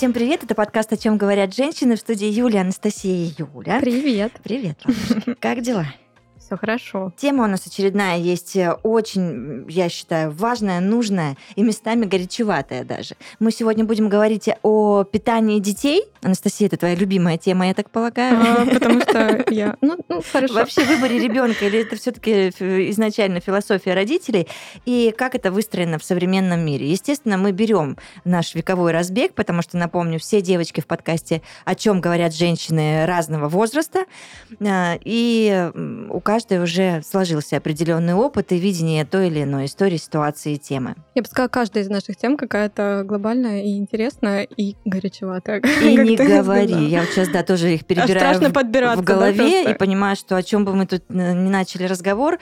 Всем привет, это подкаст «О чем говорят женщины», в студии Юлия, Анастасия и Юля. Привет. Привет, ладушки. Как дела? Все хорошо. Тема у нас очередная есть, очень, я считаю, важная, нужная и местами горячеватая даже. Мы сегодня будем говорить о питании детей. Анастасия, это твоя любимая тема, я так полагаю. Потому что я... хорошо. Вообще в выборе ребенка или это все-таки изначально философия родителей, и как это выстроено в современном мире. Естественно, мы берем наш вековой разбег, потому что, напомню, все девочки в подкасте «О чем говорят женщины» разного возраста, и у каждой уже сложился определенный опыт и видение той или иной истории, ситуации и темы. Я бы сказала, каждая из наших тем какая-то глобальная и интересная, и горячеватая. И не говори. Я вот сейчас, тоже их перебираю в голове и понимаю, что о чем бы мы тут ни начали разговор,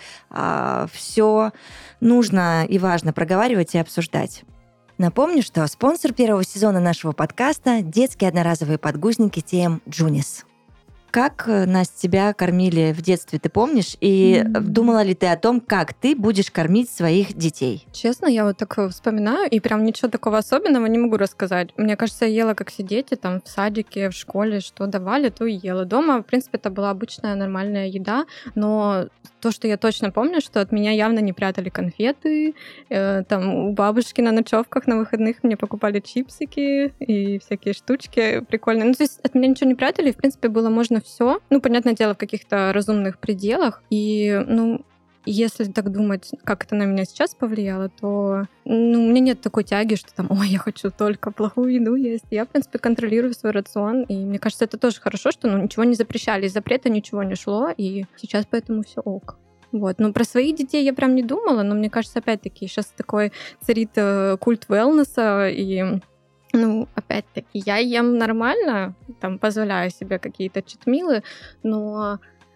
все нужно и важно проговаривать и обсуждать. Напомню, что спонсор первого сезона нашего подкаста – детские одноразовые подгузники TM Junis. Как, Настя, тебя кормили в детстве, ты помнишь? И думала ли ты о том, как ты будешь кормить своих детей? Честно, я вот так вспоминаю, и прям ничего такого особенного не могу рассказать. Мне кажется, я ела, как все дети, там, в садике, в школе, что давали, то и ела. Дома, в принципе, это была обычная нормальная еда, но то, что я точно помню, что от меня явно не прятали конфеты, там, у бабушки на ночевках на выходных мне покупали чипсики и всякие штучки прикольные. Ну, то есть от меня ничего не прятали, и, в принципе, было можно все. Ну, понятное дело, в каких-то разумных пределах. И, если так думать, как это на меня сейчас повлияло, то у меня нет такой тяги, что там, ой, я хочу только плохую еду есть. Я, в принципе, контролирую свой рацион, и мне кажется, это тоже хорошо, что ничего не запрещали, из запрета ничего не шло, и сейчас поэтому все ок. Вот. Но про своих детей я прям не думала, но мне кажется, опять-таки, сейчас такой царит культ wellness, и опять-таки, я ем нормально, там, позволяю себе какие-то читмилы, но,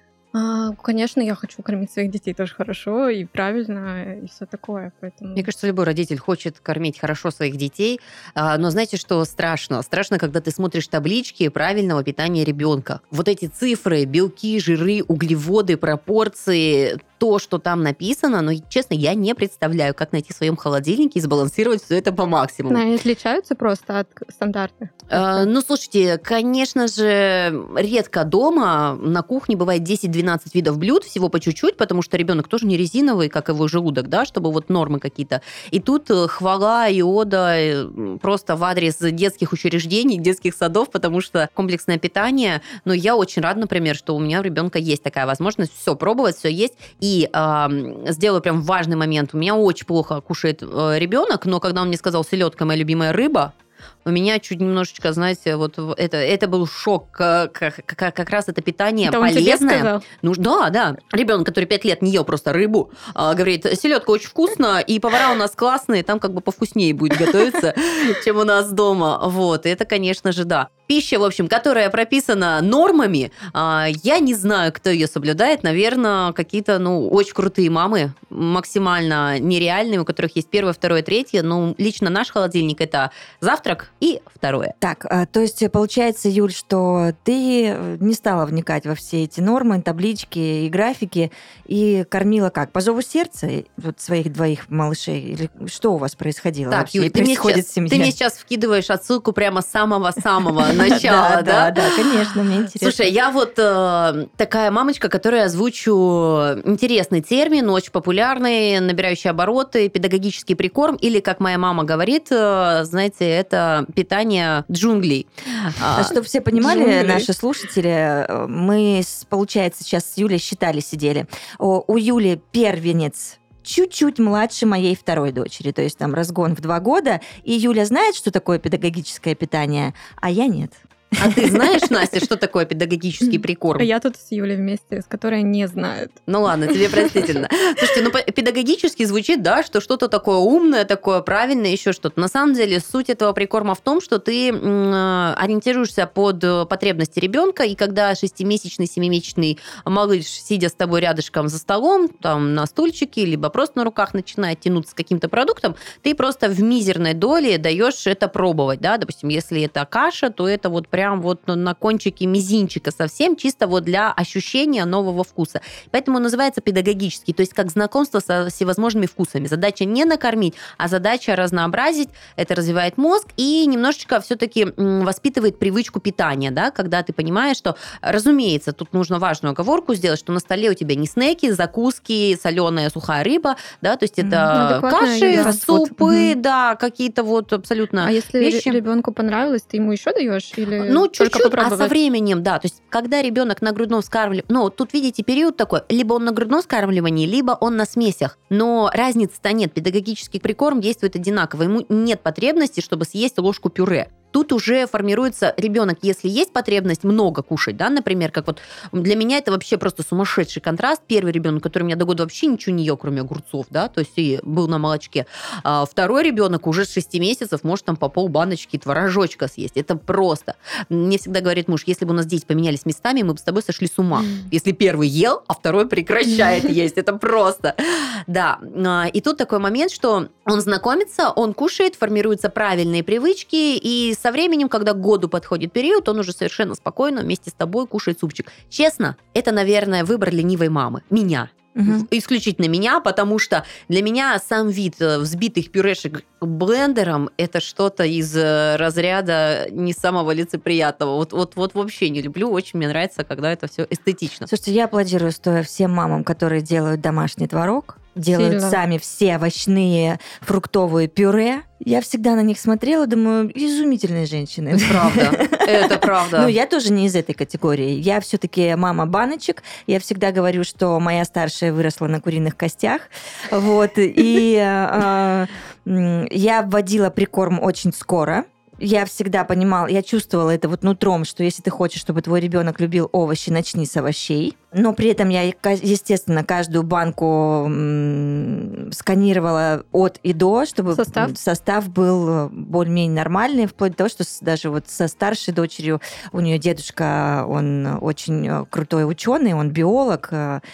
конечно, я хочу кормить своих детей тоже хорошо и правильно, и все такое, поэтому... Мне кажется, любой родитель хочет кормить хорошо своих детей, но знаете, что страшно? Страшно, когда ты смотришь таблички правильного питания ребенка. Вот эти цифры, белки, жиры, углеводы, пропорции, то, что там написано, но, честно, я не представляю, как найти в своем холодильнике и сбалансировать все это по максимуму. Они отличаются просто от стандартных? Слушайте, конечно же, редко дома на кухне бывает 10-12 видов блюд, всего по чуть-чуть, потому что ребенок тоже не резиновый, как его желудок, да, чтобы вот нормы какие-то. И тут хвала и ода просто в адрес детских учреждений, детских садов, потому что комплексное питание, я очень рада, например, что у меня у ребенка есть такая возможность все пробовать, все есть. И сделаю прям важный момент. У меня очень плохо кушает ребенок, но когда он мне сказал, селедка моя любимая рыба, у меня чуть немножечко, знаете, вот это был шок, как раз это питание это полезное. Да. Ребенок, который 5 лет не ел просто рыбу, говорит, селедка очень вкусная, и повара у нас классные, там как бы повкуснее будет готовиться, чем у нас дома. Вот, это, конечно же, да. Пища, в общем, которая прописана нормами, я не знаю, кто ее соблюдает. Наверное, какие-то, очень крутые мамы, максимально нереальные, у которых есть первое, второе, третье. Лично наш холодильник – это завтрак и второе. Так, то есть получается, Юль, что ты не стала вникать во все эти нормы, таблички и графики и кормила как? По зову сердца вот своих двоих малышей? Или что у вас происходило так, вообще? Юль, ты мне сейчас вкидываешь отсылку прямо с самого-самого начала, да? Да, конечно, мне интересно. Слушай, я вот такая мамочка, которая озвучу интересный термин, очень популярный, набирающий обороты, педагогический прикорм, или, как моя мама говорит, знаете, это питание джунглей. Чтобы все понимали, наши слушатели, мы, получается, сейчас с Юлей сидели. У Юли первенец чуть-чуть младше моей второй дочери, то есть там разгон в 2 года, и Юля знает, что такое педагогическое питание, а я нет. А ты знаешь, Настя, что такое педагогический прикорм? А я тут с Юлей вместе, с которой не знает. Ну ладно, тебе простительно. Слушайте, педагогически звучит, да, что что-то такое умное, такое правильное, еще что-то. На самом деле суть этого прикорма в том, что ты ориентируешься под потребности ребенка, и когда 6-месячный, 7-месячный малыш, сидя с тобой рядышком за столом, там на стульчике, либо просто на руках начинает тянуться к каким-то продуктам, ты просто в мизерной доле даешь это пробовать, да, допустим, если это каша, то это вот прям прям вот на кончике мизинчика совсем, чисто вот для ощущения нового вкуса. Поэтому называется педагогический, то есть как знакомство со всевозможными вкусами. Задача не накормить, а задача разнообразить. Это развивает мозг и немножечко все-таки воспитывает привычку питания, да, когда ты понимаешь, что, разумеется, тут нужно важную оговорку сделать, что на столе у тебя не снеки, закуски, соленая сухая рыба, да, то есть это каши, супы, да, какие-то вот абсолютно если вещи. Ребенку понравилось, ты ему еще даешь или чуть-чуть, попробовать? А со временем, да, то есть когда ребенок на грудном вскармливании, тут видите период такой, либо он на грудном вскармливании, либо он на смесях, но разницы-то нет, педагогический прикорм действует одинаково, ему нет потребности, чтобы съесть ложку пюре. Тут уже формируется ребенок, если есть потребность много кушать, да, например, как вот для меня это вообще просто сумасшедший контраст. Первый ребенок, который у меня до года вообще ничего не ел, кроме огурцов, да, то есть и был на молочке. А второй ребенок уже с 6 месяцев может там по полбаночки творожочка съесть. Это просто. Мне всегда говорит муж, если бы у нас дети поменялись местами, мы бы с тобой сошли с ума. Если первый ел, а второй прекращает есть. Это просто. Да. И тут такой момент, что он знакомится, он кушает, формируются правильные привычки, и со временем, когда к году подходит период, он уже совершенно спокойно вместе с тобой кушает супчик. Честно, это, наверное, выбор ленивой мамы. Меня. Исключительно меня, потому что для меня сам вид взбитых пюрешек блендером это что-то из разряда не самого лицеприятного. Вот вообще не люблю, очень мне нравится, когда это все эстетично. Слушайте, я аплодирую стоя всем мамам, которые делают домашний творог, делают сами все овощные, фруктовые пюре. Я всегда на них смотрела, думаю, изумительные женщины. Это правда. Это правда. Ну, я тоже не из этой категории. Я все-таки мама баночек. Я всегда говорю, что моя старшая выросла на куриных костях. Вот. И я вводила прикорм очень скоро. Я всегда понимала, я чувствовала это вот нутром, что если ты хочешь, чтобы твой ребенок любил овощи, начни с овощей. Но при этом я, естественно, каждую банку сканировала от и до, чтобы состав был более-менее нормальный, вплоть до того, что даже вот со старшей дочерью, у нее дедушка, он очень крутой ученый, он биолог,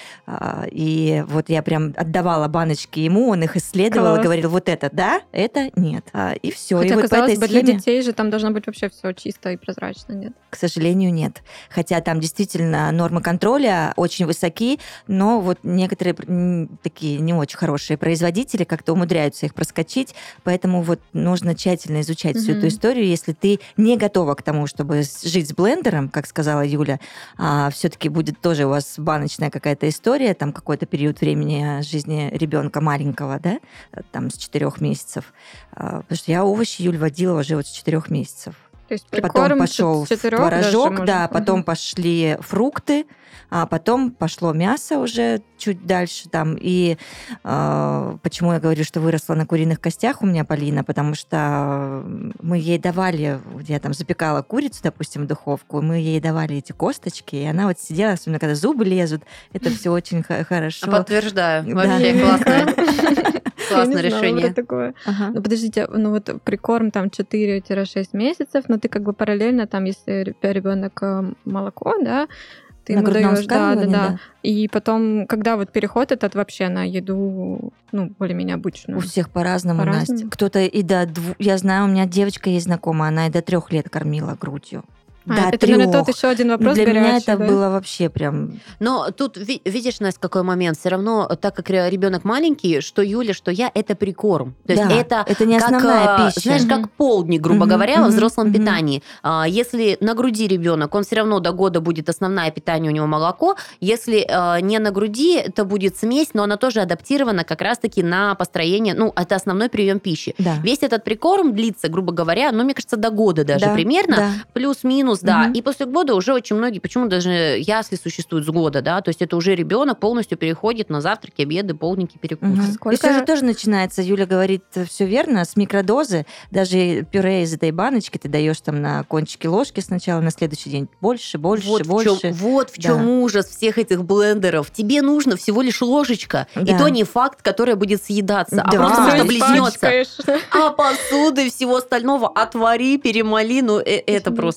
и вот я прям отдавала баночки ему, он их исследовал и говорил, вот это да, это нет. И все. Хотя, и вот казалось по этой бы, для детей же там должно быть вообще все чисто и прозрачно, нет? К сожалению, нет. Хотя там действительно нормы контроля очень высоки, но вот некоторые такие не очень хорошие производители как-то умудряются их проскочить, поэтому вот нужно тщательно изучать всю эту историю. Если ты не готова к тому, чтобы жить с блендером, как сказала Юля, все-таки будет тоже у вас баночная какая-то история, там какой-то период времени жизни ребенка маленького, да, там с 4 месяцев. Потому что я овощи, Юль, водила уже вот с 4 месяцев. То есть потом пошел творожок, да, потом пошли фрукты, а потом пошло мясо уже чуть дальше там. И почему я говорю, что выросла на куриных костях у меня Полина, потому что мы ей давали, я там запекала курицу, допустим, в духовку, мы ей давали эти косточки, и она вот сидела, особенно когда зубы лезут, это все очень хорошо. Подтверждаю, вообще классное. Классное решение. Ну, подождите, ну вот прикорм там 4-6 месяцев, но ты как бы параллельно там, если ребенок молоко, да, ты ему даешь, да. И потом, когда вот переход этот вообще на еду, ну, более-менее обычную. У всех по-разному, Настя. Кто-то и я знаю, у меня девочка есть знакомая, она и до 3 лет кормила грудью. Это, 3. Наверное, тот еще один вопрос для горячий, меня это было вообще прям... Но тут, видишь, Настя, какой момент. Все равно, так как ребенок маленький, что Юля, что я, это прикорм. То есть это не основная пища. Знаешь, как полдник, грубо говоря, во взрослом питании. Если на груди ребенок, он все равно до года будет основное питание, у него молоко. Если не на груди, это будет смесь, но она тоже адаптирована как раз-таки на построение, ну, это основной прием пищи. Да. Весь этот прикорм длится, грубо говоря, ну, мне кажется, до года даже примерно, плюс-минус. Да, и после года уже очень многие, почему даже ясли существуют с года, да, то есть это уже ребенок полностью переходит на завтраки, обеды, полдники, перекусы. И все же тоже начинается, Юля говорит, все верно, с микродозы, даже пюре из этой баночки ты даешь там на кончике ложки сначала, на следующий день больше. Вот в чем ужас всех этих блендеров. Тебе нужно всего лишь ложечка, и то не факт, которая будет съедаться, а просто что близнется. А посуды всего остального отвари, перемоли, ну это просто верх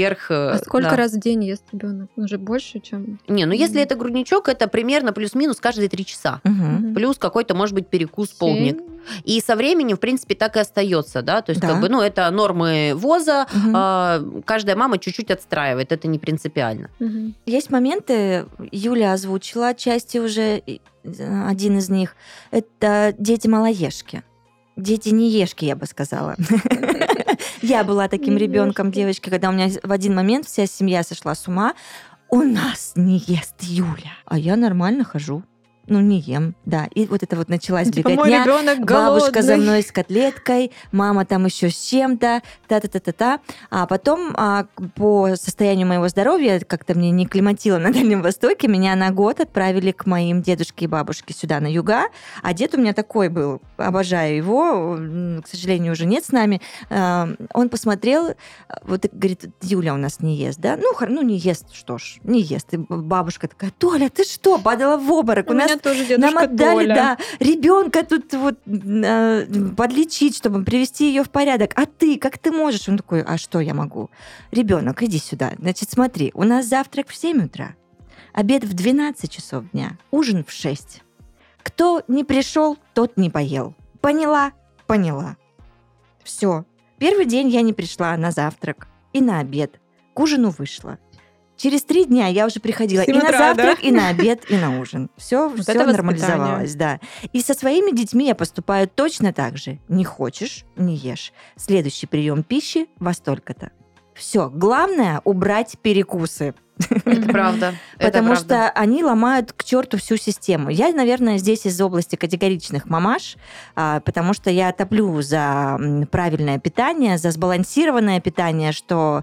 вверх. Сколько раз в день ест ребенок? Уже больше, чем... Не, если это грудничок, это примерно плюс-минус каждые 3 часа. Плюс какой-то, может быть, перекус, полдник. И со временем, в принципе, так и остается, да, то есть, это нормы ВОЗа, каждая мама чуть-чуть отстраивает, это не принципиально. Есть моменты, Юля озвучила отчасти уже, один из них, это дети-малоежки. Дети-неежки, я бы сказала. Я была таким ребенком, девочкой, когда у меня в один момент вся семья сошла с ума. У нас не ест Юля, а я нормально хожу. Не ем, да. И вот это вот началась беготня. Бабушка за мной с котлеткой, мама там еще с чем-то, та-та-та-та-та. А потом по состоянию моего здоровья, как-то мне не климатило на Дальнем Востоке, меня на год отправили к моим дедушке и бабушке сюда, на юга. А дед у меня такой был, обожаю его, к сожалению, уже нет с нами. Он посмотрел, вот говорит, Юля у нас не ест, да? Не ест, что ж, не ест. И бабушка такая, Толя, ты что, падала в обморок? У нас тоже дедушка нам отдали, Толя. Ребенка тут вот подлечить, чтобы привести ее в порядок. А ты, как ты можешь? Он такой, а что я могу? Ребенок, иди сюда. Значит, смотри, у нас завтрак в 7 утра, обед в 12 часов дня, ужин в 6. Кто не пришел, тот не поел. Поняла? Поняла. Все. Первый день я не пришла на завтрак и на обед. К ужину вышла. Через 3 дня я уже приходила и на завтрак, и на обед, и на ужин. Все нормализовалось, да. И со своими детьми я поступаю точно так же. Не хочешь — не ешь. Следующий прием пищи во столько-то. Все. Главное — убрать перекусы. Это правда. Потому что они ломают к черту всю систему. Я, наверное, здесь из области категоричных мамаш, потому что я топлю за правильное питание, за сбалансированное питание, что...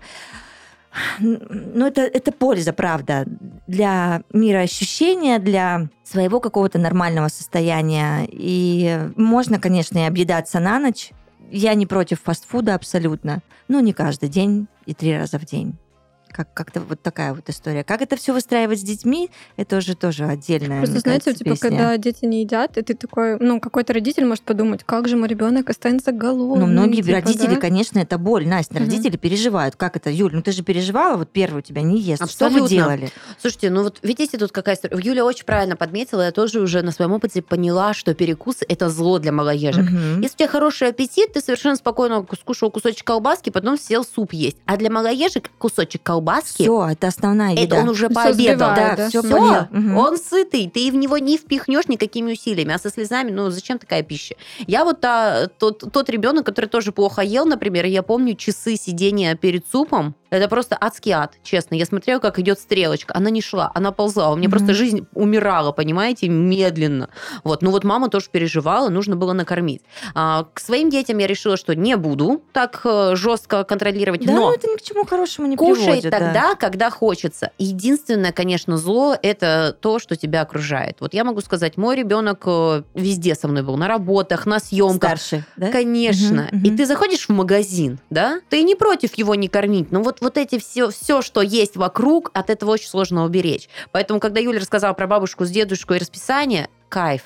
это польза, правда, для мироощущения, для своего какого-то нормального состояния. И можно, конечно, и объедаться на ночь. Я не против фастфуда абсолютно, но не каждый день и 3 раза в день. Как-то вот такая вот история. Как это все выстраивать с детьми, это уже тоже отдельная, просто, знаете, песня. Когда дети не едят, и ты такой, какой-то родитель может подумать, как же мой ребенок останется голодным. Многие родители, конечно, это боль, Настя, родители переживают. Как это, Юль, ты же переживала, вот первый у тебя не ест. Абсолютно. Что вы делали? Слушайте, видите, тут какая история. Юля очень правильно подметила, я тоже уже на своем опыте поняла, что перекус – это зло для малоежек. Если у тебя хороший аппетит, ты совершенно спокойно скушал кусочек колбаски, потом сел суп есть. А для малоежек кусочек колбаски. Все, это основная еда. Это он уже пообедал. Да, все. Он сытый, ты в него не впихнешь никакими усилиями. А со слезами, зачем такая пища? Я вот тот ребенок, который тоже плохо ел, например, я помню часы сидения перед супом. Это просто адский ад, честно. Я смотрела, как идет стрелочка. Она не шла, она ползла. У меня просто жизнь умирала, понимаете, медленно. Мама тоже переживала, нужно было накормить. К своим детям я решила, что не буду так жестко контролировать. Да, но это ни к чему хорошему не кушай приводит. Тогда, когда хочется. Единственное, конечно, зло – это то, что тебя окружает. Вот я могу сказать, мой ребенок везде со мной был, на работах, на съемках. Старший, да? Конечно. И ты заходишь в магазин, да? Ты не против его не кормить, но вот эти все, что есть вокруг, от этого очень сложно уберечь. Поэтому, когда Юля рассказала про бабушку с дедушкой и расписание, кайф.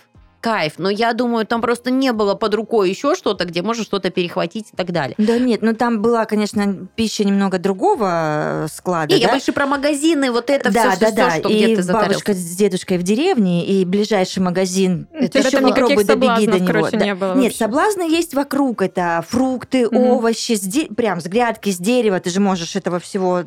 Но я думаю, там просто не было под рукой еще что-то, где можно что-то перехватить и так далее. Да нет, там была, конечно, пища немного другого склада. Я больше про магазины, вот это все, что где-то затарился. И бабушка с дедушкой в деревне, и ближайший магазин. Это еще попробуй добеги до него. Не было нет, соблазны есть вокруг. Это фрукты, овощи, прям с грядки, с дерева. Ты же можешь этого всего...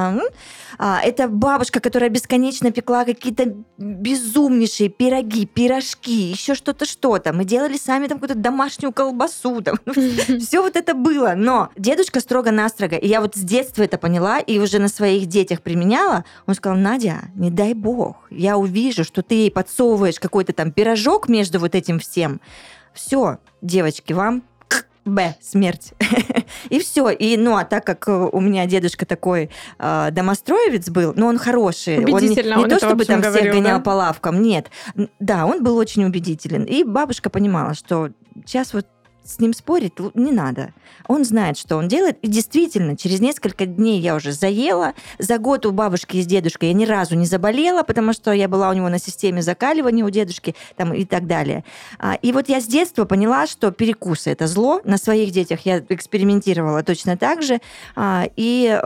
Это бабушка, которая бесконечно пекла какие-то безумнейшие пироги, пирожки, еще что-то. Мы делали сами там какую-то домашнюю колбасу. Все вот это было. Но дедушка строго-настрого, и я вот с детства это поняла, и уже на своих детях применяла. Он сказал, Надя, не дай бог, я увижу, что ты ей подсовываешь какой-то там пирожок между вот этим всем. Все, девочки, вам... смерть. И все. И, а так как у меня дедушка такой домостроевец был, но он хороший. Убедительно. Он не то, чтобы там всех гонял по лавкам, нет. Да, он был очень убедителен. И бабушка понимала, что сейчас вот с ним спорить не надо. Он знает, что он делает. И действительно, через несколько дней я уже заела. За год у бабушки и с дедушкой я ни разу не заболела, потому что я была у него на системе закаливания у дедушки там, и так далее. И вот я с детства поняла, что перекусы – это зло. На своих детях я экспериментировала точно так же. И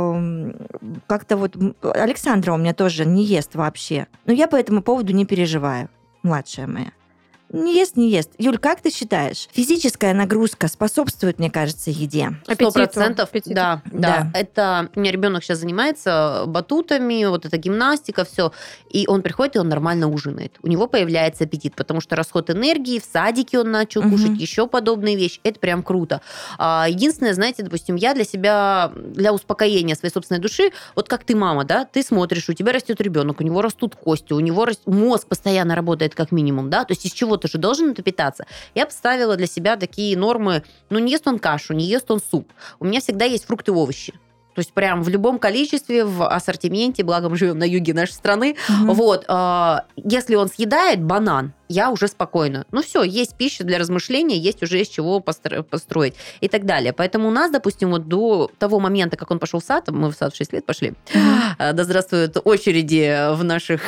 как-то вот Александра у меня тоже не ест вообще. Но я по этому поводу не переживаю, младшая моя. Не ест. Юль, как ты считаешь? Физическая нагрузка способствует, мне кажется, еде? 100%. Да. Это у меня ребенок сейчас занимается батутами, вот это гимнастика, все. И он приходит, и он нормально ужинает. У него появляется аппетит, потому что расход энергии, в садике он начал кушать, еще подобные вещи. Это прям круто. Единственное, знаете, допустим, я для себя, для успокоения своей собственной души, вот как ты мама, да, ты смотришь, у тебя растет ребенок, у него растут кости, у него мозг постоянно работает как минимум, да, то есть из чего ты же должен это питаться. Я поставила для себя такие нормы, не ест он кашу, не ест он суп. У меня всегда есть фрукты и овощи. То есть прям в любом количестве, в ассортименте, благо мы живем на юге нашей страны. Вот. Если он съедает банан, я уже спокойна. Все, есть пища для размышления, есть уже из чего построить и так далее. Поэтому у нас, допустим, вот до того момента, как он пошел в сад, мы в сад в 6 лет пошли, да здравствуют очереди в наших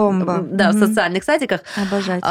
в социальных садиках. Обожать.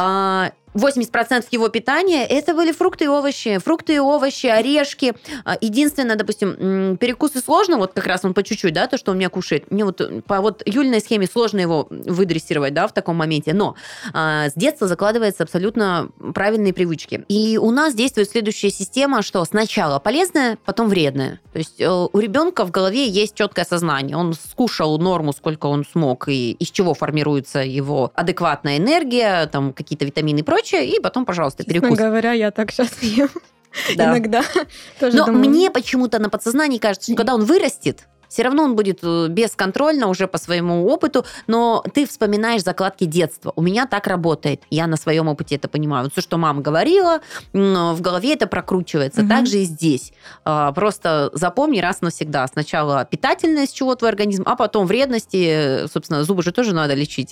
80% его питания это были фрукты и овощи, орешки. Единственное, допустим, перекусы сложно, вот как раз он по чуть-чуть, да, то, что он у меня кушает. Мне вот по Юлиной схеме сложно его выдрессировать, да, в таком моменте. Но с детства закладываются абсолютно правильные привычки. И у нас действует следующая система, что сначала полезное, потом вредное. То есть у ребенка в голове есть четкое сознание. Он скушал норму, сколько он смог, и из чего формируется его адекватная энергия, там какие-то витамины и прочее, и потом, пожалуйста, перекус. Честно говоря, я так сейчас ем. Да. Иногда тоже Но думаю. Мне почему-то на подсознании кажется, что когда он вырастет, все равно он будет бесконтрольно уже по своему опыту, но ты вспоминаешь закладки детства. У меня так работает. Я на своем опыте это понимаю. Вот все, что мама говорила, в голове это прокручивается. Так же и здесь. Просто запомни раз навсегда. Сначала питательность, чего твой организм, а потом вредности. Собственно, зубы же тоже надо лечить.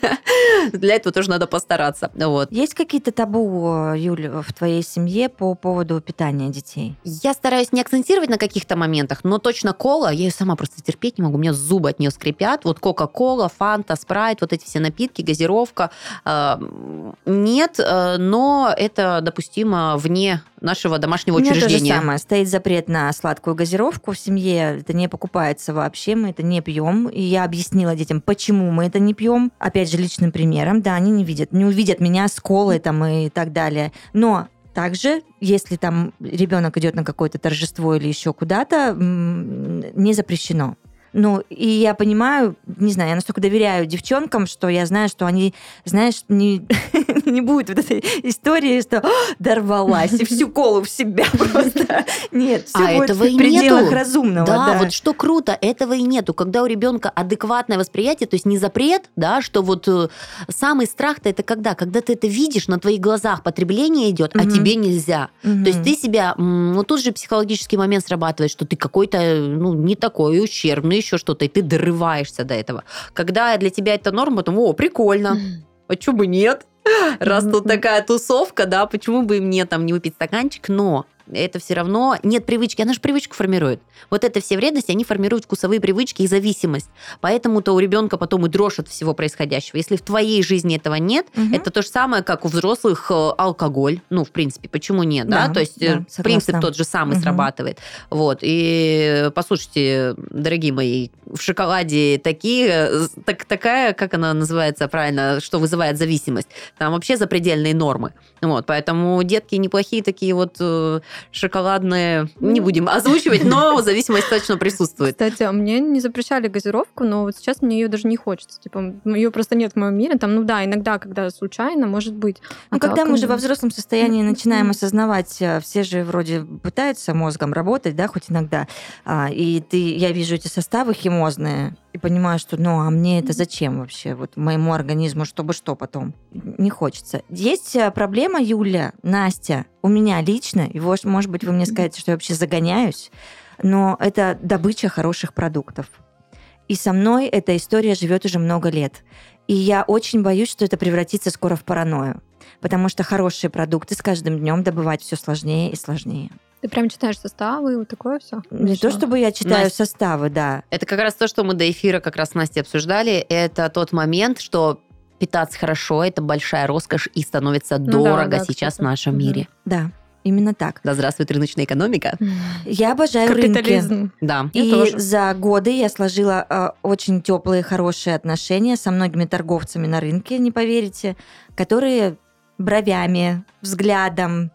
Для этого тоже надо постараться. Вот. Есть какие-то табу, Юль, в твоей семье по поводу питания детей? Я стараюсь не акцентировать на каких-то моментах, но точно кола, я ее сама просто терпеть не могу, у меня зубы от нее скрипят. Вот Кока-кола, Фанта, Спрайт, вот эти все напитки, газировка. Нет, но это допустимо вне нашего домашнего учреждения. У меня то же самое. Стоит запрет на сладкую газировку в семье. Это не покупается вообще, мы это не пьем. И я объяснила детям, почему мы это не пьем. Опять же, личным примером. Да, они не увидят меня с колой там, и так далее. Но также, если там ребенок идет на какое-то торжество или еще куда-то, не запрещено. И я понимаю, не знаю, я настолько доверяю девчонкам, что я знаю, что они, знаешь, не будет вот этой истории, что дорвалась и всю колу в себя просто. Нет, все будет в пределах разумного. Да, вот что круто, этого и нету. Когда у ребенка адекватное восприятие, то есть не запрет, да, что вот самый страх-то это когда? Когда ты это видишь, на твоих глазах потребление идет, а тебе нельзя. То есть ты себя, тут же психологический момент срабатывает, что ты какой-то, не такой ущербный, еще что-то, и ты дорываешься до этого. Когда для тебя это норма, потом, прикольно, а чё бы нет? Раз тут такая тусовка, да, почему бы мне там не выпить стаканчик, но это все равно нет привычки, она же привычку формирует. Вот это все вредности, они формируют вкусовые привычки и зависимость. Поэтому-то у ребенка потом и дрожь от всего происходящего. Если в твоей жизни этого нет, это то же самое, как у взрослых алкоголь. В принципе, почему нет, да? То есть принцип тот же самый срабатывает. Вот. И послушайте, дорогие мои, в шоколаде такая, как она называется правильно, что вызывает зависимость. Там вообще запредельные нормы. Вот. Поэтому детки неплохие такие вот шоколадные, не будем озвучивать, но зависимость точно присутствует. Кстати, мне не запрещали газировку, но вот сейчас мне ее даже не хочется. Типа, ее просто нет в моем мире. Там, иногда, когда случайно, может быть. Когда мы уже во взрослом состоянии начинаем осознавать, все же вроде пытаются мозгом работать, да, хоть иногда, и я вижу эти составы химозные, и понимаю, что, а мне это зачем вообще, вот моему организму, чтобы что потом? Не хочется. Есть проблема, Юля, Настя, у меня лично, и, может быть, вы мне скажете, что я вообще загоняюсь, но это добыча хороших продуктов. И со мной эта история живет уже много лет. И я очень боюсь, что это превратится скоро в паранойю. потому что хорошие продукты с каждым днем добывать все сложнее и сложнее. Ты прям читаешь составы и вот такое все? Не то, чтобы я читаю составы, да. Это как раз то, что мы до эфира как раз с Настей обсуждали. Это тот момент, что питаться хорошо – это большая роскошь и становится дорого сейчас в нашем мире. Да. Именно так. Да, здравствует рыночная экономика. Я обожаю капитализм. Рынки. Да. И за годы я сложила очень теплые, хорошие отношения со многими торговцами на рынке, не поверите, которые бровями, взглядом,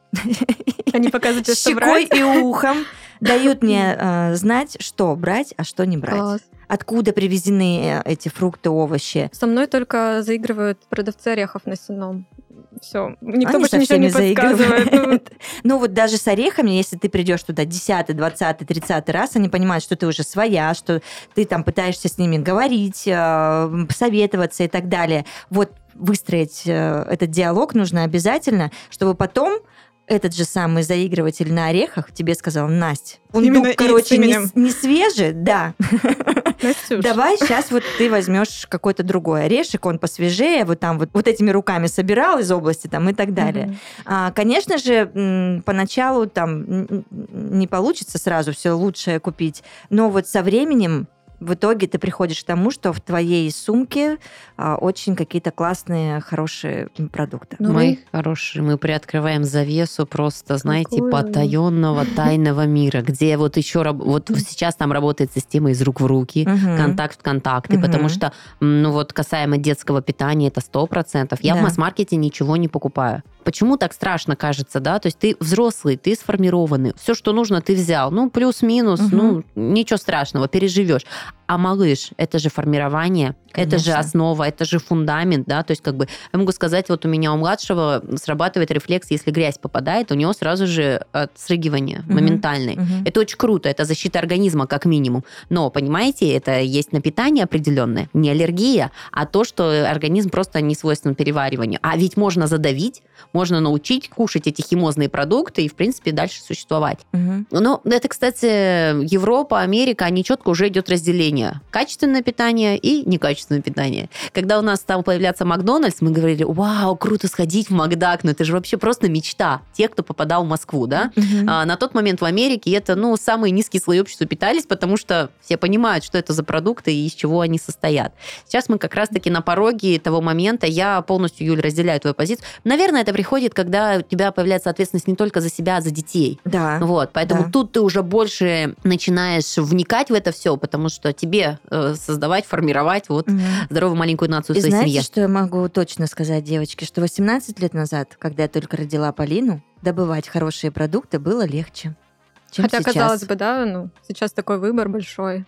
они показывают, что щекой и ухом дают мне знать, что брать, а что не брать. Класс. Откуда привезены эти фрукты, овощи. Со мной только заигрывают продавцы орехов на Сенном. Все, никто больше ничего не подсказывает. Ну вот даже с орехами, если ты придешь туда 10, 20, 30 раз, они понимают, что ты уже своя, что ты там пытаешься с ними говорить, посоветоваться и так далее. Вот выстроить этот диалог нужно обязательно, чтобы потом этот же самый заигрыватель на орехах тебе сказал: Настя, фундук, короче, не свежий, да. Настюш. Давай сейчас вот ты возьмешь какой-то другой орешек, он посвежее, вот там вот этими руками собирал из области там и так далее. Конечно же, поначалу там не получится сразу все лучшее купить, но вот со временем в итоге ты приходишь к тому, что в твоей сумке очень какие-то классные, хорошие продукты. Мои хорошие, мы приоткрываем завесу просто, знаете, потаенного тайного мира, где вот еще вот сейчас там работает система из рук в руки, контакт в контакты, потому что, ну вот касаемо детского питания, это 100%. Я в масс-маркете ничего не покупаю. Почему так страшно кажется, да? То есть ты взрослый, ты сформированный, все, что нужно, ты взял. Ну, плюс-минус, ну, ничего страшного, переживешь. А малыш, это же формирование, конечно. Это же основа, это же фундамент, да, то есть как бы я могу сказать, вот у меня у младшего срабатывает рефлекс, если грязь попадает, у него сразу же срыгивание моментальное. Это очень круто, это защита организма как минимум. Но, понимаете, это есть на питание определенное, не аллергия, а то, что организм просто не свойственен перевариванию. А ведь можно задавить, можно научить кушать эти химозные продукты и, в принципе, дальше существовать. Но это, кстати, Европа, Америка, они четко уже идет разделение. Качественное питание и некачественное питание. Когда у нас стал появляться Макдональдс, мы говорили: вау, круто сходить в Макдак, но это же вообще просто мечта тех, кто попадал в Москву, да? На тот момент в Америке это, ну, самые низкие слои общества питались, потому что все понимают, что это за продукты и из чего они состоят. Сейчас мы как раз-таки на пороге того момента, я полностью, Юль, разделяю твою позицию. Наверное, это приходит, когда у тебя появляется ответственность не только за себя, а за детей. Да. Вот, поэтому тут ты уже больше начинаешь вникать в это все, потому что тебе создавать, формировать вот здоровую маленькую нацию в своей семье. И семье. знаете, что я могу точно сказать, девочки, что 18 лет назад, когда я только родила Полину, добывать хорошие продукты было легче, чем хотя, сейчас. казалось бы, да, ну, сейчас такой выбор большой.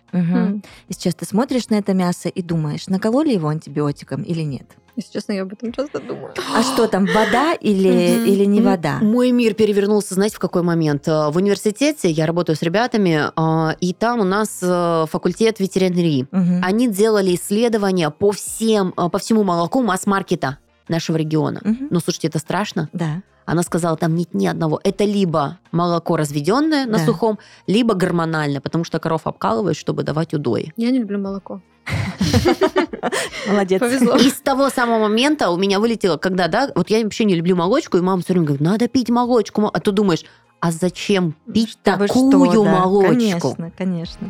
И сейчас ты смотришь на это мясо и думаешь, накололи его антибиотиком или нет. Если честно, я об этом часто думаю. А что там, вода или не вода? Мой мир перевернулся, знаете, в какой момент? В университете я работаю с ребятами, и там у нас факультет ветеринарии. Они делали исследования по всему молоку масс-маркета нашего региона. Ну, слушайте, это страшно? Да. Она сказала, там нет ни одного. Это либо молоко разведенное на сухом, либо гормональное, потому что коров обкалывают, чтобы давать удои. Я не люблю молоко. Молодец. Повезло. И с того самого момента у меня вылетело, когда, да, вот я вообще не люблю молочку, и мама все время говорит, надо пить молочку. А ты думаешь, а зачем пить такую молочку? Конечно, конечно.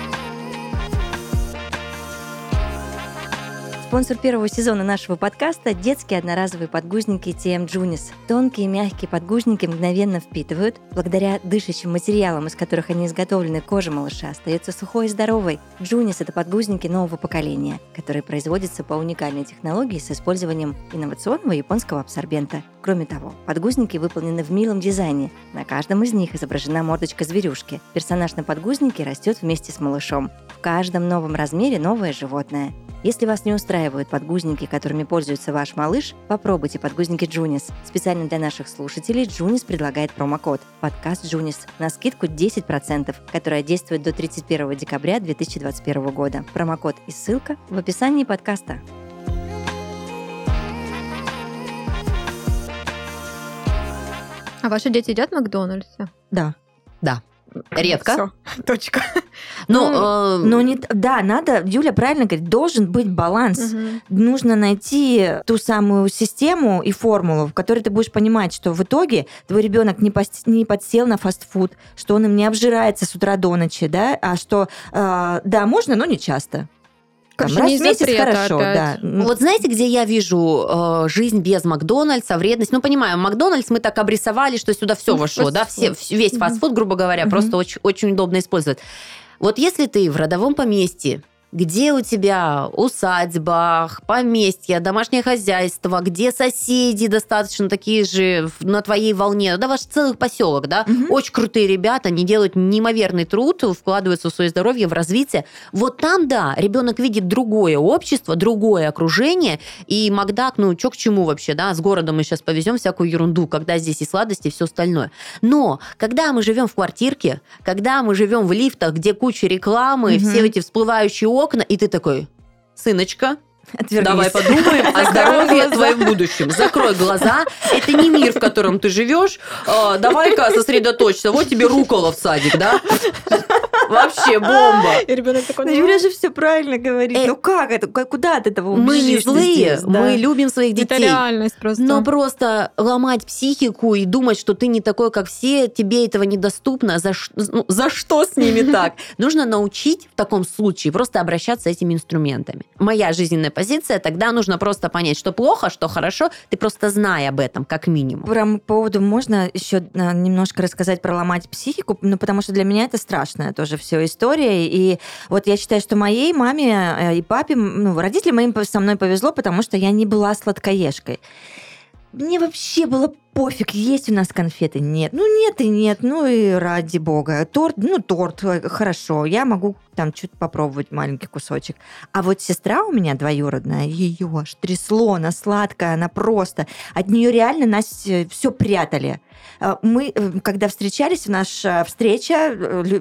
Спонсор первого сезона нашего подкаста – детские одноразовые подгузники TM Junis. Тонкие мягкие подгузники мгновенно впитывают. Благодаря дышащим материалам, из которых они изготовлены, кожа малыша остается сухой и здоровой. Junis – это подгузники нового поколения, которые производятся по уникальной технологии с использованием инновационного японского абсорбента. Кроме того, подгузники выполнены в милом дизайне. На каждом из них изображена мордочка зверюшки. Персонаж на подгузнике растет вместе с малышом. В каждом новом размере новое животное. Если вас не устраивают подгузники, которыми пользуется ваш малыш, попробуйте подгузники Junis. Специально для наших слушателей Junis предлагает промокод «Подкаст Junis» на скидку 10%, которая действует до 31 декабря 2021 года. Промокод и ссылка в описании подкаста. А ваши дети едят в Макдональдсе? Да. Да. Редко. Все, точка. Надо, Юля правильно говорит, должен быть баланс. Нужно найти ту самую систему и формулу, в которой ты будешь понимать, что в итоге твой ребенок не подсел на фастфуд, что он им не обжирается с утра до ночи, да, а что, можно, но не часто. Раз в месяц хорошо, да. Вот знаете, где я вижу жизнь без Макдональдса, вредность? Понимаю, Макдональдс мы так обрисовали, что сюда все вошло, да, весь фастфуд, грубо говоря, просто очень, очень удобно использовать. Вот если ты в родовом поместье, где у тебя усадьба, поместье, домашнее хозяйство, где соседи достаточно такие же на твоей волне, ваш целый поселок, да, очень крутые ребята, они делают неимоверный труд, вкладываются в свое здоровье, в развитие. Вот там, да, ребенок видит другое общество, другое окружение, и Макдак, чё к чему вообще, да, с городом мы сейчас повезем всякую ерунду, когда здесь и сладости, и все остальное. Но когда мы живем в квартирке, когда мы живем в лифтах, где куча рекламы, все эти всплывающие окна, и ты такой: сыночка, отвернись. Давай подумаем о здоровье твоем будущем. Закрой глаза. Это не мир, в котором ты живешь. Давай-ка сосредоточься. Вот тебе рукола в садик, да? Вообще бомба. И ребенок такой: Юля же все правильно говорит. Как это? Куда от этого убежишь? Мы не злые, мы любим своих детей. Это реальность просто. Но просто ломать психику и думать, что ты не такой, как все, тебе этого недоступно. За что с ними так? Нужно научить в таком случае просто обращаться с этими инструментами. Моя жизненная позиция, тогда нужно просто понять, что плохо, что хорошо, ты просто знай об этом, как минимум. По поводу можно еще немножко рассказать про ломать психику, потому что для меня это страшная тоже все история. И вот я считаю, что моей маме и папе, родителям моим со мной повезло, потому что я не была сладкоежкой. Мне вообще было пофиг, есть у нас конфеты, нет. Нет и нет, и ради бога. Торт, торт, хорошо, я могу там чуть попробовать маленький кусочек. А вот сестра у меня двоюродная, ее аж трясло, она сладкая, она просто... От нее реально нас все прятали. Мы, когда встречались, наша встреча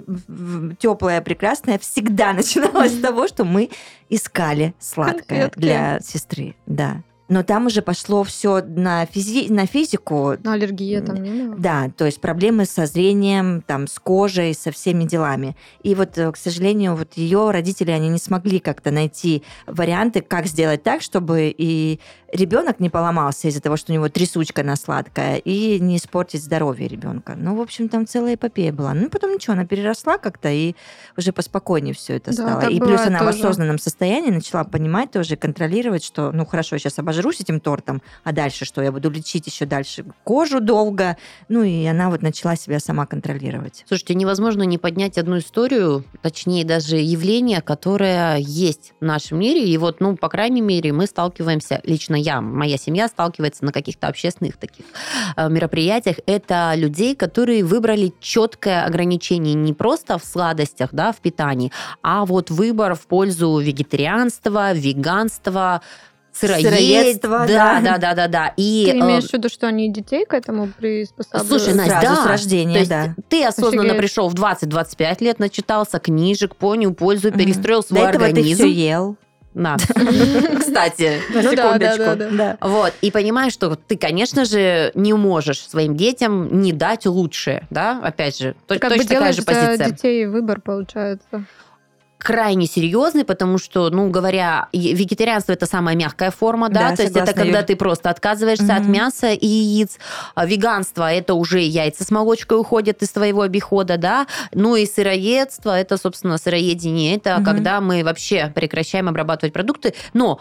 теплая, прекрасная, всегда начиналась с того, что мы искали сладкое для сестры, да. Но там уже пошло все на физику. Аллергия там не было? Да, то есть проблемы со зрением, там, с кожей, со всеми делами. И вот, к сожалению, вот ее родители, они не смогли как-то найти варианты, как сделать так, чтобы и ребенок не поломался из-за того, что у него трясучка на сладкое, и не испортить здоровье ребенка. В общем, там целая эпопея была. Потом ничего, она переросла как-то, и уже поспокойнее все это стало. И плюс она тоже в осознанном состоянии начала понимать тоже, контролировать, что, хорошо, сейчас обожрусь этим тортом, а дальше что? Я буду лечить еще дальше кожу долго. И она вот начала себя сама контролировать. Слушайте, невозможно не поднять одну историю, точнее, даже явление, которое есть в нашем мире. И вот, по крайней мере, мы сталкиваемся, лично моя семья сталкивается на каких-то общественных таких мероприятиях. Это людей, которые выбрали четкое ограничение не просто в сладостях, да, в питании, а вот выбор в пользу вегетарианства, веганства, сыроедство, да. И, ты имеешь в виду, что они детей к этому приспосабливают? Слушай, Настя, с рождения, то есть ты осознанно пришел в 20-25 лет, начитался книжек, понял пользу, перестроил свой организм. До этого ты все ел. Да. Кстати, на секундочку. Да. Вот. И понимаешь, что ты, конечно же, не можешь своим детям не дать лучшее, да? Опять же, точно такая же позиция. Детей выбор получается. Крайне серьезный, потому что, говоря, вегетарианство – это самая мягкая форма, да, то есть это когда ты просто отказываешься от мяса и яиц. Веганство – это уже яйца с молочкой уходят из твоего обихода, да, и сыроедство – это, собственно, сыроедение, это когда мы вообще прекращаем обрабатывать продукты. Но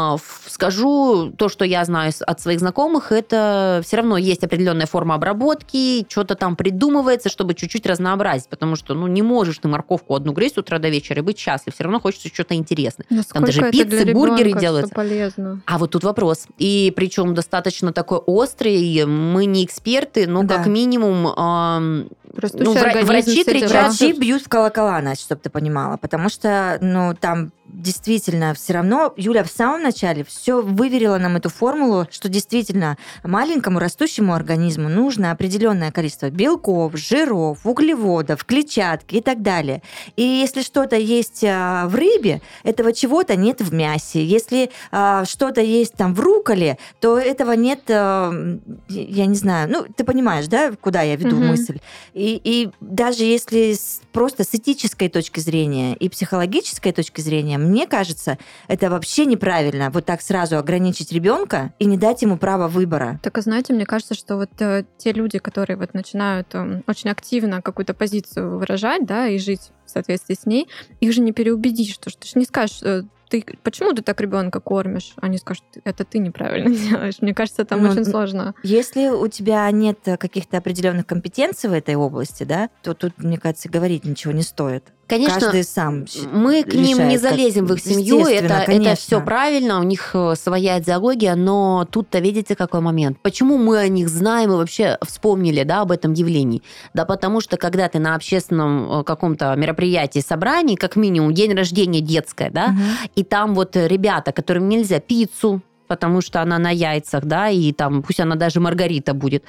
скажу то, что я знаю от своих знакомых, это все равно есть определенная форма обработки, что-то там придумывается, чтобы чуть-чуть разнообразить, потому что, не можешь ты морковку одну грызть с утра до вечера и быть счастлив, все равно хочется что-то интересное. Там даже пиццы, бургеры делаются. Полезно. А вот тут вопрос. И причем достаточно такой острый. Мы не эксперты, но как минимум врачи кричат. Врачи бьют в колокола, Настя, чтобы ты понимала. Потому что, там действительно все равно Юля в самом начале все выверила нам эту формулу, что действительно маленькому растущему организму нужно определенное количество белков, жиров, углеводов, клетчатки и так далее. И если что-то есть в рыбе, этого чего-то нет в мясе. Если что-то есть там в рукколе, то этого нет, я не знаю, ты понимаешь, да, куда я веду мысль. И И даже если просто с этической точки зрения и психологической точки зрения, мне кажется, это вообще неправильно вот так сразу ограничить ребенка и не дать ему права выбора. Так, знаете, мне кажется, что вот те люди, которые вот начинают очень активно какую-то позицию выражать, да, и жить в соответствии с ней, их же не переубедишь, что ты же не скажешь, почему ты так ребенка кормишь? Они скажут, это ты неправильно делаешь. Мне кажется, там очень сложно. Если у тебя нет каких-то определенных компетенций в этой области, да, то тут, мне кажется, говорить ничего не стоит. Конечно, каждый сам мы к ним не залезем в их семью, это все правильно, у них своя идеология, но тут-то видите, какой момент. Почему мы о них знаем и вообще вспомнили, да, об этом явлении? Да потому что, когда ты на общественном каком-то мероприятии, собрании, как минимум день рождения детское, да, и там вот ребята, которым нельзя пиццу, потому что она на яйцах, да, и там, пусть она даже маргарита будет,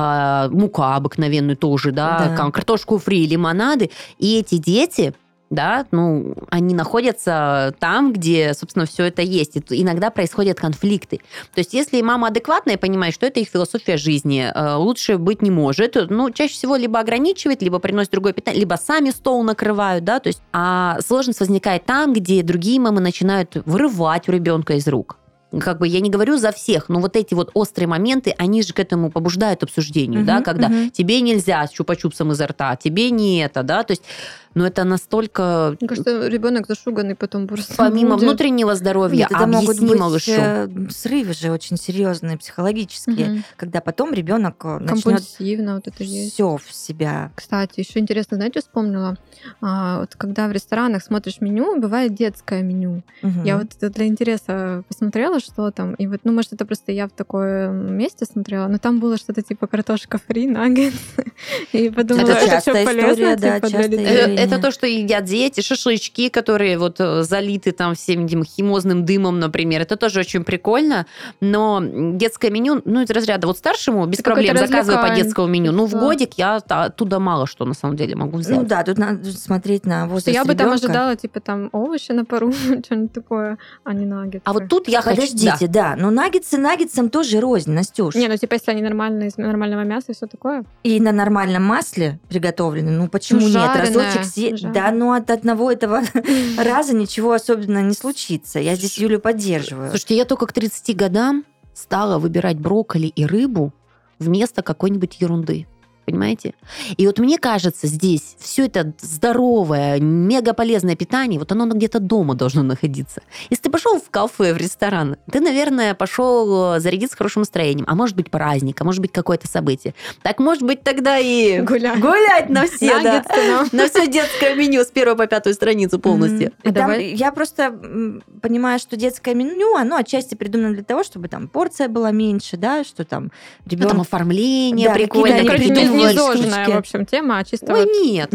мука обыкновенную тоже, да. Картошку фри, лимонады, и эти дети, да, ну, они находятся там, где, собственно, все это есть. И иногда происходят конфликты. То есть, если мама адекватная, понимает, что это их философия жизни, лучше быть не может, ну, чаще всего либо ограничивает, либо приносит другое питание, либо сами стол накрывают, да, то есть, а сложность возникает там, где другие мамы начинают вырывать у ребенка из рук. Как бы я не говорю за всех, но вот эти вот острые моменты, они же к этому побуждают обсуждению, да, когда тебе нельзя с чупа-чупсом изо рта, тебе не это, да, то есть, ну, это настолько... Мне кажется, ребенок зашуганный потом просто... Помимо внутреннего здоровья, это могут быть малышу. Срывы же очень серьезные, психологические, когда потом ребенок начнет... Компульсивно вот это есть. Все в себя. Кстати, еще интересно, знаете, вспомнила, вот когда в ресторанах смотришь меню, бывает детское меню. Я вот для интереса посмотрела, что там, и вот, ну, может, это просто я в таком месте смотрела, но там было что-то типа картошка фри, наггетсы, и подумала, это что, полезно, да, типа, для это то, что едят дети, шашлычки, которые вот залиты там всем этим химозным дымом, например. Это тоже очень прикольно. Но детское меню, ну, из разряда вот старшему без проблем заказываю по детскому меню. Ну, в годик я оттуда мало что, на самом деле, могу взять. Ну да, тут надо смотреть на возраст ребенка. Я бы там ожидала, типа, там овощи на пару, что-нибудь такое, а не наггетсы. А вот тут я хочу... Подождите, да, но наггетсы наггетсам тоже рознь, Настюш. Не, ну, типа, если они нормальные, из нормального мяса и все такое. И на нормальном масле приготовлены, ну, почему нет? Разочек да, но от одного этого раза ничего особенного не случится. Я здесь Юлю поддерживаю. Слушайте, я только к 30 годам стала выбирать брокколи и рыбу вместо какой-нибудь ерунды. Понимаете? И вот мне кажется, здесь все это здоровое, мегаполезное питание, вот оно где-то дома должно находиться. Если ты пошел в кафе, в ресторан, ты, наверное, пошел зарядиться хорошим настроением. А может быть, праздник, а может быть, какое-то событие. Так, может быть, тогда и гулять на все, да, на все детское меню с 1 по 5 страницу полностью. Я просто понимаю, что детское меню, оно отчасти придумано для того, чтобы там порция была меньше, да, что там ребенок... Там оформление прикольное. Не зожная, в общем, тема, а чисто... Ой, нет.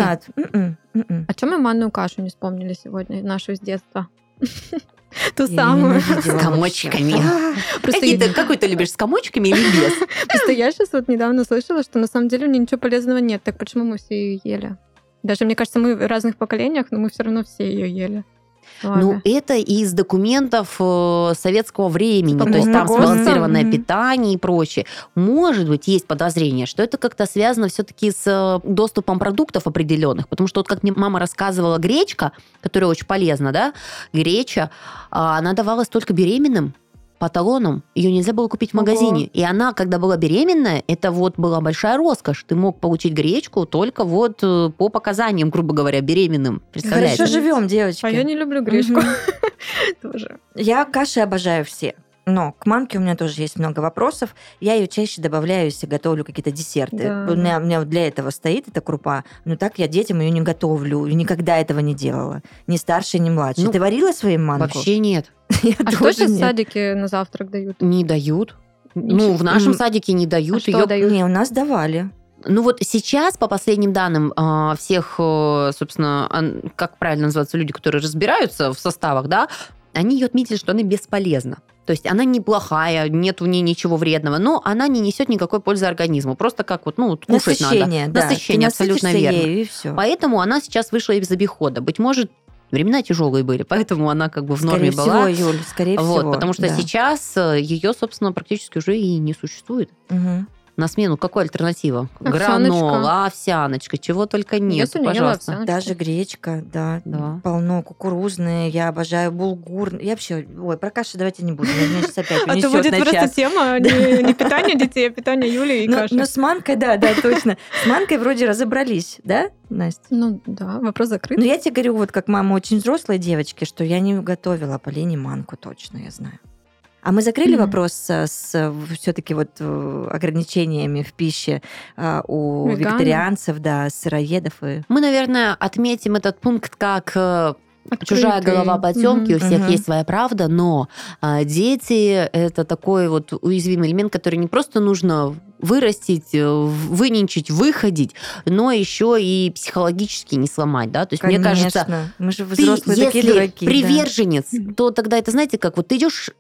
А чем мы манную кашу не вспомнили сегодня, нашу из детства? Ту самую. С комочками. Какой ты любишь, с комочками или без? Просто я сейчас вот недавно слышала, что на самом деле у нее ничего полезного нет. Так почему мы все ее ели? Даже, мне кажется, мы в разных поколениях, но мы все равно все ее ели. Ладно. Ну, это из документов советского времени, то есть там сбалансированное питание и прочее. Может быть, есть подозрение, что это как-то связано все-таки с доступом продуктов определенных, потому что вот как мне мама рассказывала, гречка, которая очень полезна, да, греча, она давалась только беременным по талонам. Ее нельзя было купить в магазине. И она, когда была беременная, это вот была большая роскошь. Ты мог получить гречку только вот по показаниям, грубо говоря, беременным. Представляете? Хорошо живем, девочки. А я не люблю гречку. Тоже. Я каши обожаю все. Но к мамке у меня тоже есть много вопросов. Я ее чаще добавляю, если готовлю какие-то десерты. Да. У меня вот для этого стоит эта крупа. Но так я детям ее не готовлю. И никогда этого не делала. Ни старшей, ни младшей. Ты варила своим манку? Вообще нет. А что сейчас в садике на завтрак дают? Не дают. Ну, в нашем садике не дают. Что дают? Не, у нас давали. Ну вот сейчас, по последним данным всех, собственно, как правильно называются люди, которые разбираются в составах, да, они ее отметили, что она бесполезна. То есть она неплохая, нет в ней ничего вредного, но она не несет никакой пользы организму. Просто как вот, ну, кушать насыщение, надо. Да. Насыщение, абсолютно верно. Ею, и всё. Поэтому она сейчас вышла из обихода. Быть может, времена тяжелые были, поэтому она как бы в норме была. Скорее всего, Юль, скорее всего. Потому что сейчас ее, собственно, практически уже и не существует. Угу. На смену какой альтернатива? Гранола, овсяночка, чего только нет, пожалуйста. Даже гречка, да. Полно кукурузные, я обожаю булгур. Я вообще, про каши давайте не будем, меня сейчас опять унесет. А то будет просто тема не питание детей, а питание Юли и каши. Но с манкой, да, точно. С манкой вроде разобрались, да, Настя? Ну да, вопрос закрыт. Но я тебе говорю, вот как мама очень взрослой девочки, что я не готовила Полине манку точно, я знаю. А мы закрыли вопрос с все-таки вот ограничениями в пище у вегетарианцев, да, сыроедов. Мы, наверное, отметим этот пункт как чужая голова потемки, у всех есть своя правда, но дети – это такой вот уязвимый элемент, который не просто нужно вырастить, выненчить, выходить, но еще и психологически не сломать, да? То есть, конечно. Мне кажется, мы же взрослые такие дураки. Приверженец, то тогда это, знаете, как вот ты идешь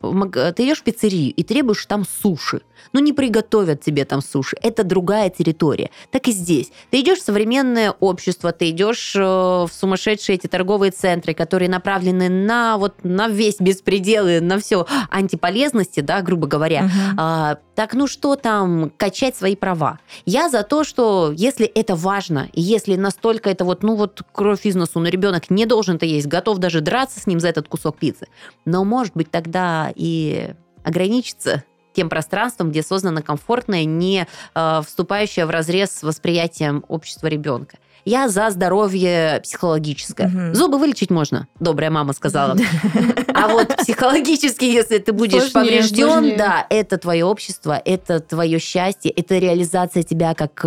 в пиццерию и требуешь там суши. Ну, не приготовят тебе там суши. Это другая территория. Так и здесь. Ты идешь в современное общество, ты идешь в сумасшедшие эти торговые центры, которые направлены на весь беспредел и на все антиполезности, да, грубо говоря. Так, ну что там, качать свои права. Я за то, что если это важно, и если настолько это кровь из носу, но ребенок не должен-то есть, готов даже драться с ним за этот кусок пиццы, но, может быть, тогда и ограничиться тем пространством, где создано комфортное, не вступающее вразрез с восприятием общества ребенка. Я за здоровье психологическое. Зубы вылечить можно, добрая мама сказала. А вот психологически, если ты будешь поврежден, да, это твое общество, это твое счастье, это реализация тебя как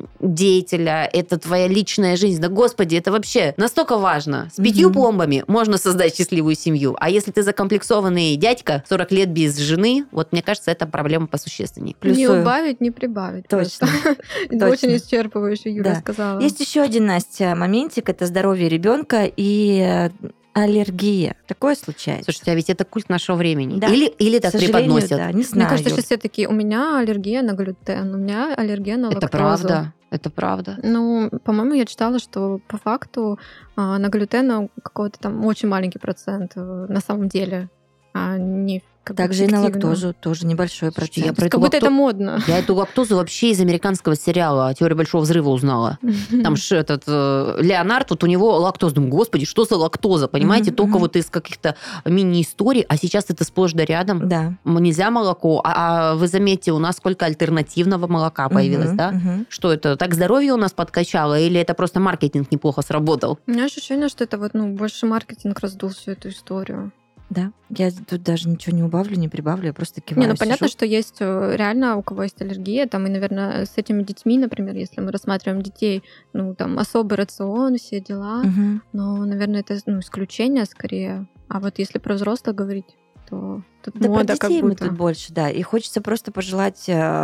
деятеля, это твоя личная жизнь. Да, господи, это вообще настолько важно. С 5 пломбами можно создать счастливую семью. А если ты закомплексованный дядька, 40 лет без жены, вот мне кажется, это проблема посущественнее. Не убавить, не прибавить. Точно. Очень исчерпывающе Юля сказала. Есть еще один, Настя, моментик, это здоровье ребенка и аллергия. Такое случается. Слушайте, а ведь это культ нашего времени. Да. Или так преподносят. Да, не знаю. Мне кажется, сейчас все такие, у меня аллергия на глютен, у меня аллергия на лактозу. Это правда. Ну, по-моему, я читала, что по факту на глютен какой-то там очень маленький процент на самом деле, а не также и на лактозу тоже небольшой процент. Как будто это модно. Я эту лактозу вообще из американского сериала «Теория большого взрыва» узнала. Там же этот Леонард, вот у него лактоза. Думаю, господи, что за лактоза? Понимаете, только вот из каких-то мини-историй, а сейчас это сплошь да рядом. Да. Нельзя молоко. А вы заметьте, у нас сколько альтернативного молока появилось, да? Что это? Так здоровье у нас подкачало или это просто маркетинг неплохо сработал? У меня ощущение, что это больше маркетинг раздул всю эту историю. Да, я тут даже ничего не убавлю, не прибавлю, я просто киваю. Понятно, что есть реально у кого есть аллергия, там, и, наверное, с этими детьми, например, если мы рассматриваем детей, там, особый рацион, все дела, но, наверное, это исключение скорее. А вот если про взрослых говорить, то тут мода про детей как будто. Мы тут больше, да, и хочется просто пожелать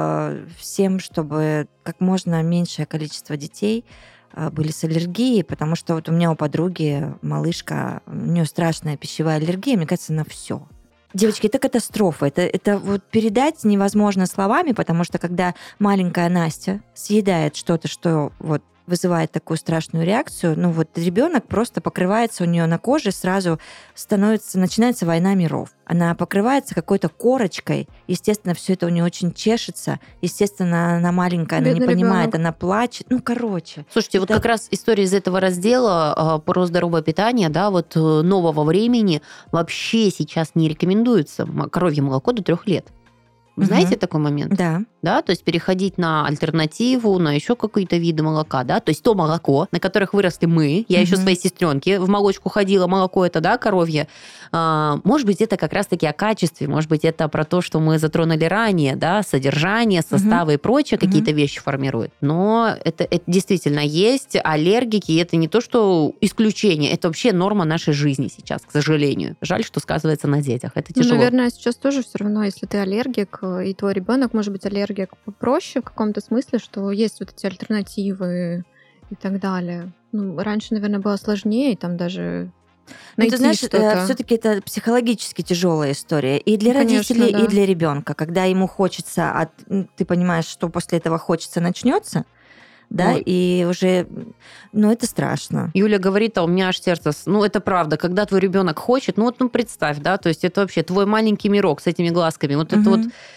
всем, чтобы как можно меньшее количество детей были с аллергией, потому что вот у меня у подруги малышка, у нее страшная пищевая аллергия, мне кажется, на все. Девочки, это катастрофа. Это вот передать невозможно словами, потому что когда маленькая Настя съедает что-то, что вот вызывает такую страшную реакцию, ребенок просто покрывается у нее на коже, сразу начинается война миров. Она покрывается какой-то корочкой, естественно, все это у нее очень чешется, естественно, она маленькая, она не понимает, она плачет, Слушайте, вот как раз история из этого раздела про здоровое питание, да, вот нового времени вообще сейчас не рекомендуется коровье молоко до 3 лет. Вы знаете такой момент? Да. То есть переходить на альтернативу, на еще какие-то виды молока, да, то есть то молоко, на которых выросли мы, я еще своей сестренке в молочку ходила, молоко это, да, коровье, может быть, это как раз-таки о качестве, может быть, это про то, что мы затронули ранее, да, содержание, составы и прочее какие-то вещи формирует, но это действительно есть, аллергики, это не то, что исключение, это вообще норма нашей жизни сейчас, к сожалению. Жаль, что сказывается на детях, это тяжело. Наверное, сейчас тоже все равно, если ты аллергик, и твой ребенок может быть аллергик попроще в каком-то смысле, что есть вот эти альтернативы и так далее. Раньше, наверное, было сложнее, и там даже найти ты знаешь, что-то. Все-таки это психологически тяжелая история и для родителей, и для ребенка, когда ему хочется, ты понимаешь, что после этого хочется начнется. Да, и уже, это страшно. Юля говорит, а у меня аж сердце, это правда, когда твой ребенок хочет, представь, да, то есть это вообще твой маленький мирок с этими глазками, это вот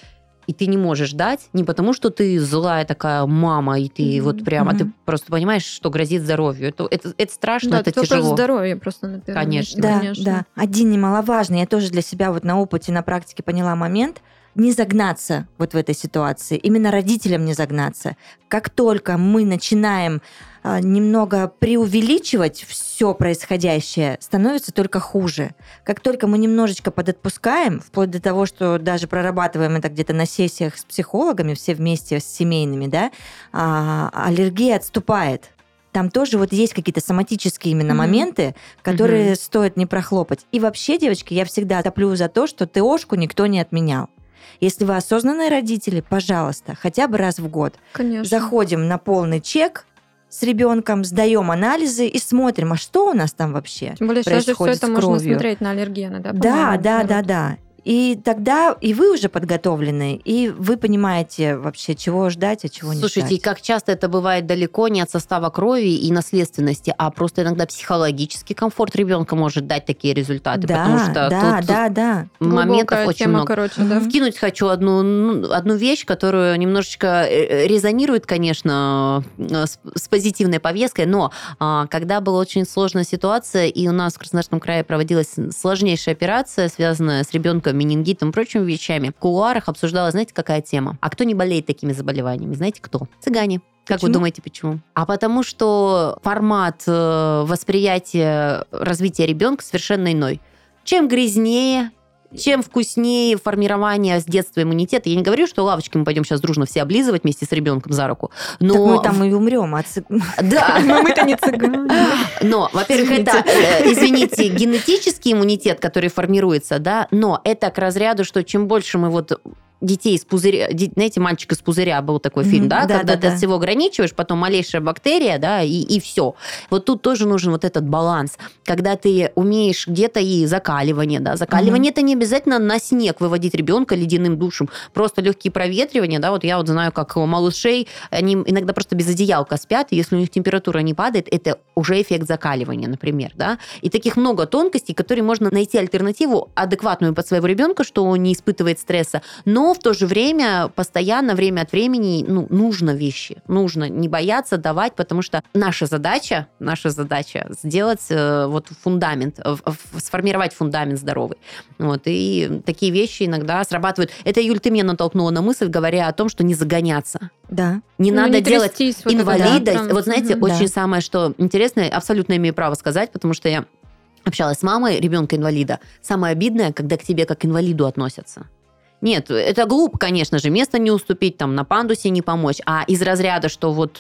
и ты не можешь дать, не потому что ты злая такая мама, и ты вот прямо, ты просто понимаешь, что грозит здоровью. Это страшно, это тяжело. Да, это здоровье просто на первом месте. Да. Один немаловажный, я тоже для себя вот на опыте, на практике поняла момент, не загнаться вот в этой ситуации, именно родителям не загнаться. Как только мы начинаем немного преувеличивать все происходящее, становится только хуже. Как только мы немножечко подотпускаем, вплоть до того, что даже прорабатываем это где-то на сессиях с психологами, все вместе с семейными, да, аллергия отступает. Там тоже вот есть какие-то соматические именно моменты, которые стоит не прохлопать. И вообще, девочки, я всегда топлю за то, что ТОшку никто не отменял. Если вы осознанные родители, пожалуйста, хотя бы раз в год. Конечно. Заходим на полный чек с ребенком, сдаем анализы и смотрим, а что у нас там вообще Тем более, происходит сейчас же все это с кровью. Можно смотреть на аллергены, да? Да. И тогда и вы уже подготовлены, и вы понимаете вообще, чего ждать, а чего не ждать. Слушайте, и как часто это бывает далеко не от состава крови и наследственности, а просто иногда психологический комфорт ребенка может дать такие результаты, потому что тут моментов очень много. Короче, да? Вкинуть хочу одну вещь, которую немножечко резонирует, конечно, с позитивной повесткой, но когда была очень сложная ситуация, и у нас в Краснодарском крае проводилась сложнейшая операция, связанная с ребенком, менингитом и прочими вещами, в кулуарах обсуждалась, знаете, какая тема? А кто не болеет такими заболеваниями? Знаете, кто? Цыгане. Как вы думаете, почему? А потому что формат восприятия развития ребенка совершенно иной. Чем грязнее, чем вкуснее формирование с детства иммунитета. Я не говорю, что лавочки мы пойдем сейчас дружно все облизывать вместе с ребенком за руку. Но... Так мы там и умрем. Да. Но мы-то не цыгане. Но, во-первых, это, извините, генетический иммунитет, который формируется, да, но это к разряду, что чем больше мы вот детей из пузыря, знаете, «Мальчик из пузыря» был такой фильм, да, когда ты от всего ограничиваешь, потом малейшая бактерия, да, и все. Вот тут тоже нужен вот этот баланс, когда ты умеешь где-то и закаливание, да, закаливание это не обязательно на снег выводить ребенка ледяным душем, просто легкие проветривания, да, вот я вот знаю, как малышей, они иногда просто без одеялка спят, и если у них температура не падает, это уже эффект закаливания, например, да, и таких много тонкостей, которые можно найти альтернативу адекватную под своего ребенка, что он не испытывает стресса, но в то же время постоянно, время от времени, нужно вещи, нужно не бояться давать, потому что наша задача сделать вот фундамент, сформировать фундамент здоровый. Вот, и такие вещи иногда срабатывают. Это, Юль, ты меня натолкнула на мысль, говоря о том, что не загоняться. Да. Не надо делать инвалидность. Да, вот знаете, очень самое, что интересное, абсолютно имею право сказать, потому что я общалась с мамой ребенка-инвалида. Самое обидное, когда к тебе как к инвалиду относятся. Нет, это глупо, конечно же, место не уступить, там, на пандусе не помочь, а из разряда, что вот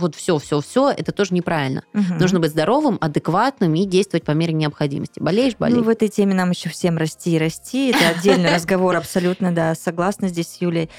все, это тоже неправильно. Нужно быть здоровым, адекватным и действовать по мере необходимости. Болеешь, болей. Ну, в этой теме нам еще всем расти и расти. Это отдельный разговор, абсолютно, да, согласна здесь с Юлей.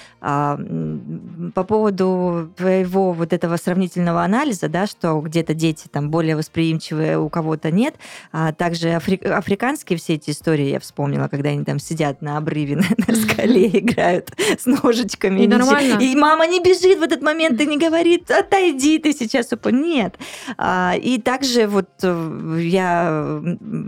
По поводу твоего вот этого сравнительного анализа, да, что где-то дети там более восприимчивые, у кого-то нет, также африканские все эти истории я вспомнила, когда они там сидят на обрыве на скале, играют с ножичками. И нормально. И мама не бежит в этот момент и не говорит, отойди, ты сейчас упадешь. Нет. И также вот я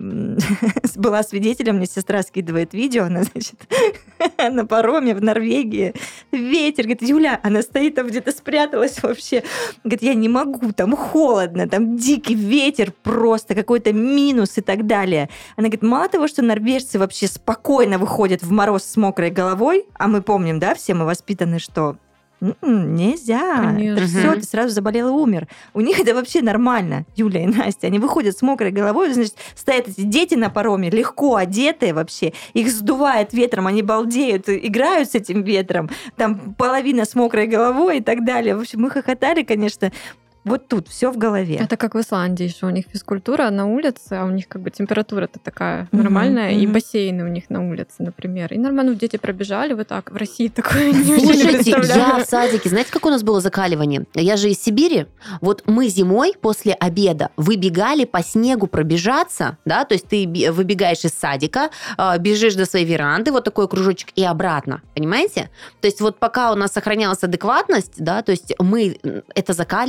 была свидетелем, мне сестра скидывает видео, она, значит, на пароме в Норвегии, ветер, говорит, Юля, она стоит там где-то спряталась вообще, говорит, я не могу, там холодно, там дикий ветер, просто какой-то минус и так далее. Она говорит, мало того, что норвежцы вообще спокойно выходят в мороз с мокрой головой, а мы помним, да, все мы воспитаны, что нельзя. Все, ты сразу заболел и умер. У них это вообще нормально, Юля и Настя. Они выходят с мокрой головой, значит, стоят эти дети на пароме, легко одетые вообще, их сдувает ветром, они балдеют, играют с этим ветром, там половина с мокрой головой и так далее. В общем, мы хохотали, конечно. Вот тут все в голове. Это как в Исландии, что у них физкультура на улице, а у них как бы температура-то такая нормальная, и бассейны у них на улице, например. И нормально дети пробежали вот так. В России такое не Слушайте, я в садике, знаете, как у нас было закаливание? Я же из Сибири. Вот мы зимой после обеда выбегали по снегу пробежаться, да, то есть ты выбегаешь из садика, бежишь до своей веранды, вот такой кружочек, и обратно, понимаете? То есть вот пока у нас сохранялась адекватность, да, то есть мы это закаливание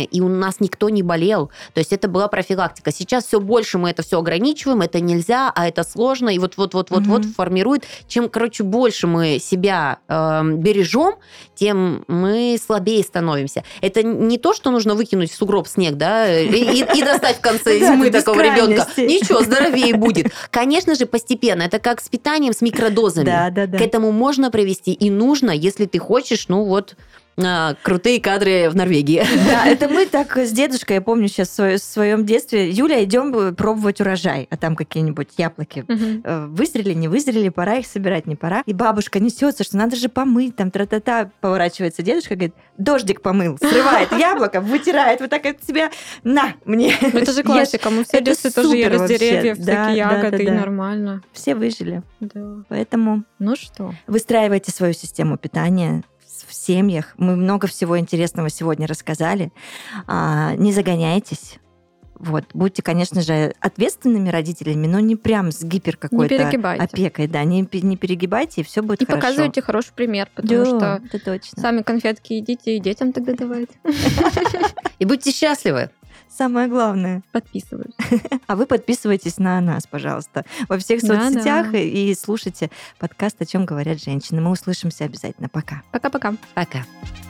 и у нас никто не болел. То есть это была профилактика. Сейчас все больше мы это все ограничиваем, это нельзя, а это сложно, и вот формирует. Чем, больше мы себя бережем, тем мы слабее становимся. Это не то, что нужно выкинуть в сугроб снег, да, и достать в конце зимы такого ребенка. Ничего, здоровее будет. Конечно же, постепенно. Это как с питанием, с микродозами. Да. К этому можно привести и нужно, если ты хочешь, крутые кадры в Норвегии. Да, это мы так с дедушкой, я помню сейчас в своем детстве, Юля, идем пробовать урожай, а там какие-нибудь яблоки. Вызрели, не вызрели, пора их собирать, не пора. И бабушка несется, что надо же помыть, там тра-та-та. Поворачивается дедушка, говорит, дождик помыл, срывает яблоко, вытирает вот так от себя, на, мне. Это же классика, мы все детстве тоже ели с деревьев всякие ягоды, и нормально. Все выжили. Да. Поэтому выстраивайте свою систему питания в семьях. Мы много всего интересного сегодня рассказали. Не загоняйтесь. Будьте, конечно же, ответственными родителями, но не прям с гипер какой-то опекой. Да, не перегибайте, и все будет хорошо. И показывайте хороший пример, потому что сами конфетки едите, и детям тогда давайте. И будьте счастливы. Самое главное. Подписываюсь. А вы подписывайтесь на нас, пожалуйста, во всех соцсетях и слушайте подкаст «О чем говорят женщины». Мы услышимся обязательно. Пока. Пока-пока. Пока.